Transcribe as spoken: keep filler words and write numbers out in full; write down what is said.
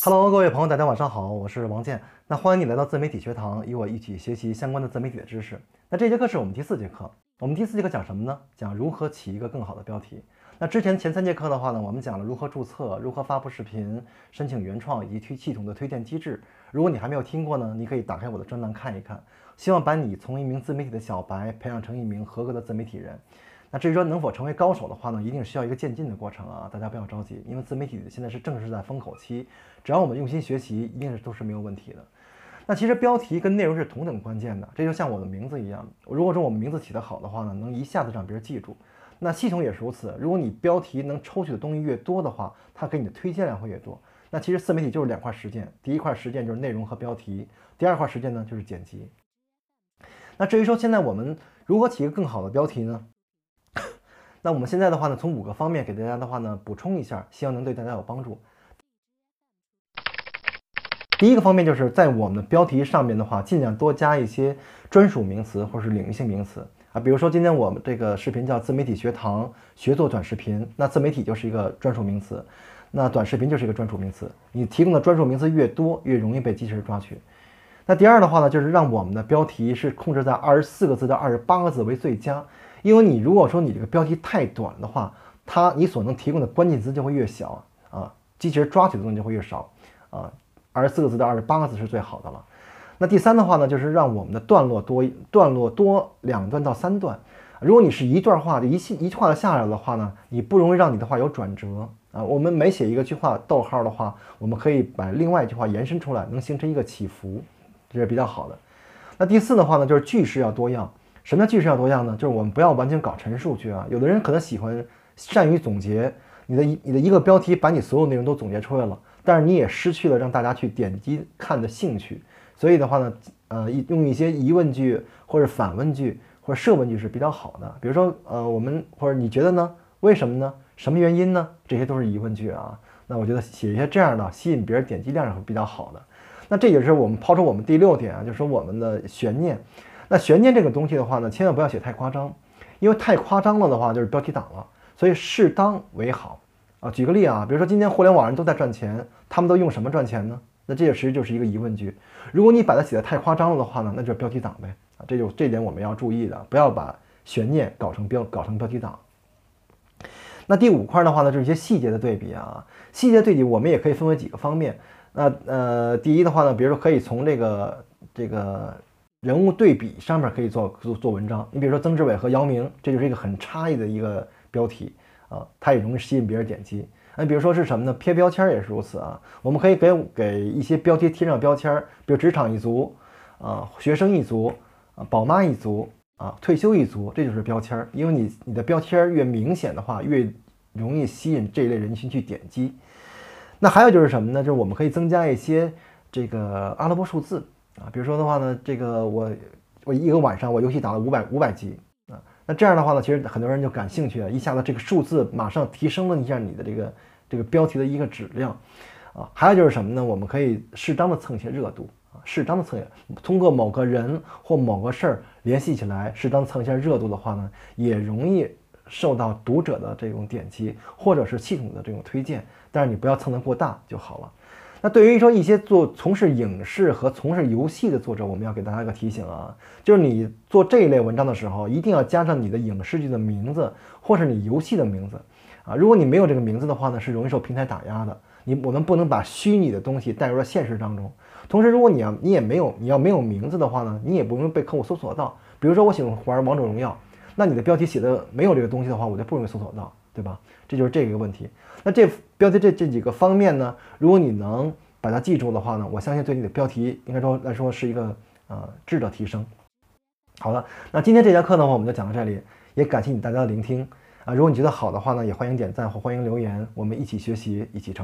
Hello，各位朋友，大家晚上好，我是王健。那欢迎你来到自媒体学堂，与我一起学习相关的自媒体的知识。那这节课是我们第四节课，我们第四节课讲什么呢？讲如何起一个更好的标题。那之前前三节课的话呢，我们讲了如何注册、如何发布视频、申请原创以及推系统的推荐机制。如果你还没有听过呢，你可以打开我的专栏看一看。希望把你从一名自媒体的小白培养成一名合格的自媒体人。那至于说能否成为高手的话呢，一定需要一个渐进的过程啊，大家不要着急，因为自媒体现在是正是在风口期，只要我们用心学习，一定是都是没有问题的。那其实标题跟内容是同等关键的，这就像我的名字一样，如果说我们名字起得好的话呢，能一下子让别人记住。那系统也是如此，如果你标题能抽取的东西越多的话，它给你的推荐量会越多。那其实自媒体就是两块实践，第一块实践就是内容和标题，第二块实践呢就是剪辑。那至于说现在我们如何起一个更好的标题呢？那我们现在的话呢，从五个方面给大家的话呢补充一下，希望能对大家有帮助。第一个方面就是在我们的标题上面的话，尽量多加一些专属名词或者是领域性名词啊，比如说今天我们这个视频叫自媒体学堂，学做短视频，那自媒体就是一个专属名词，那短视频就是一个专属名词。你提供的专属名词越多，越容易被机器人抓取。那第二的话呢，就是让我们的标题是控制在二十四个字到二十八个字为最佳。因为你如果说你这个标题太短的话，它你所能提供的关键词就会越小啊，机器人抓取的东西就会越少啊。二十四个字到二十八个字是最好的了。那第三的话呢，就是让我们的段落多，段落多两段到三段。如果你是一段话一一句话的下来的话呢，你不容易让你的话有转折啊。我们每写一个句话逗号的话，我们可以把另外一句话延伸出来，能形成一个起伏，这是比较好的。那第四的话呢，就是句式要多样。什么叫句式要多样呢？就是我们不要完全搞陈述句啊。有的人可能喜欢善于总结，你的你的一个标题把你所有内容都总结出来了，但是你也失去了让大家去点击看的兴趣。所以的话呢，呃，用一些疑问句或者反问句或者设问句是比较好的。比如说，呃，我们或者你觉得呢？为什么呢？什么原因呢？这些都是疑问句啊。那我觉得写一些这样的，吸引别人点击量是比较好的。那这也是我们抛出我们第六点啊，就是说我们的悬念。那悬念这个东西的话呢，千万不要写太夸张，因为太夸张了的话就是标题党了，所以适当为好啊。举个例啊，比如说今天互联网人都在赚钱，他们都用什么赚钱呢？那这也其实就是一个疑问句。如果你把它写得太夸张了的话呢，那就是标题党呗啊。这就这点我们要注意的，不要把悬念搞成标搞成标题党。那第五块的话呢，就是一些细节的对比啊。细节对比我们也可以分为几个方面。那呃，第一的话呢，比如说可以从这个这个。人物对比上面可以做做做文章，你比如说曾志伟和姚明，这就是一个很差异的一个标题啊，它也容易吸引别人点击。那比如说是什么呢？贴标签也是如此啊，我们可以给给一些标题贴上标签，比如职场一族啊，学生一族啊，宝妈一族啊，退休一族，这就是标签。因为你你的标签越明显的话，越容易吸引这一类人群去点击。那还有就是什么呢？就是我们可以增加一些这个阿拉伯数字。啊，比如说的话呢，这个我我一个晚上我游戏打了五百五百级啊，那这样的话呢，其实很多人就感兴趣了，一下子这个数字马上提升了一下你的这个这个标题的一个质量啊。还有就是什么呢？我们可以适当的蹭一些热度啊，适当的蹭一下，通过某个人或某个事儿联系起来，适当蹭一下热度的话呢，也容易受到读者的这种点击或者是系统的这种推荐，但是你不要蹭得过大就好了。那对于说一些做从事影视和从事游戏的作者，我们要给大家一个提醒啊，就是你做这一类文章的时候，一定要加上你的影视剧的名字或是你游戏的名字啊。如果你没有这个名字的话呢，是容易受平台打压的。你我们不能把虚拟的东西带入到现实当中。同时，如果你要你也没有你要没有名字的话呢，你也不容易被客户搜索到。比如说我喜欢玩王者荣耀，那你的标题写的没有这个东西的话，我就不容易搜索到，对吧？这就是这个问题。那这标题这这几个方面呢，如果你能把它记住的话呢，我相信对你的标题应该说来说是一个呃质的提升。好了，那今天这节课的话我们就讲到这里，也感谢你大家的聆听啊。如果你觉得好的话呢，也欢迎点赞或欢迎留言，我们一起学习，一起成长。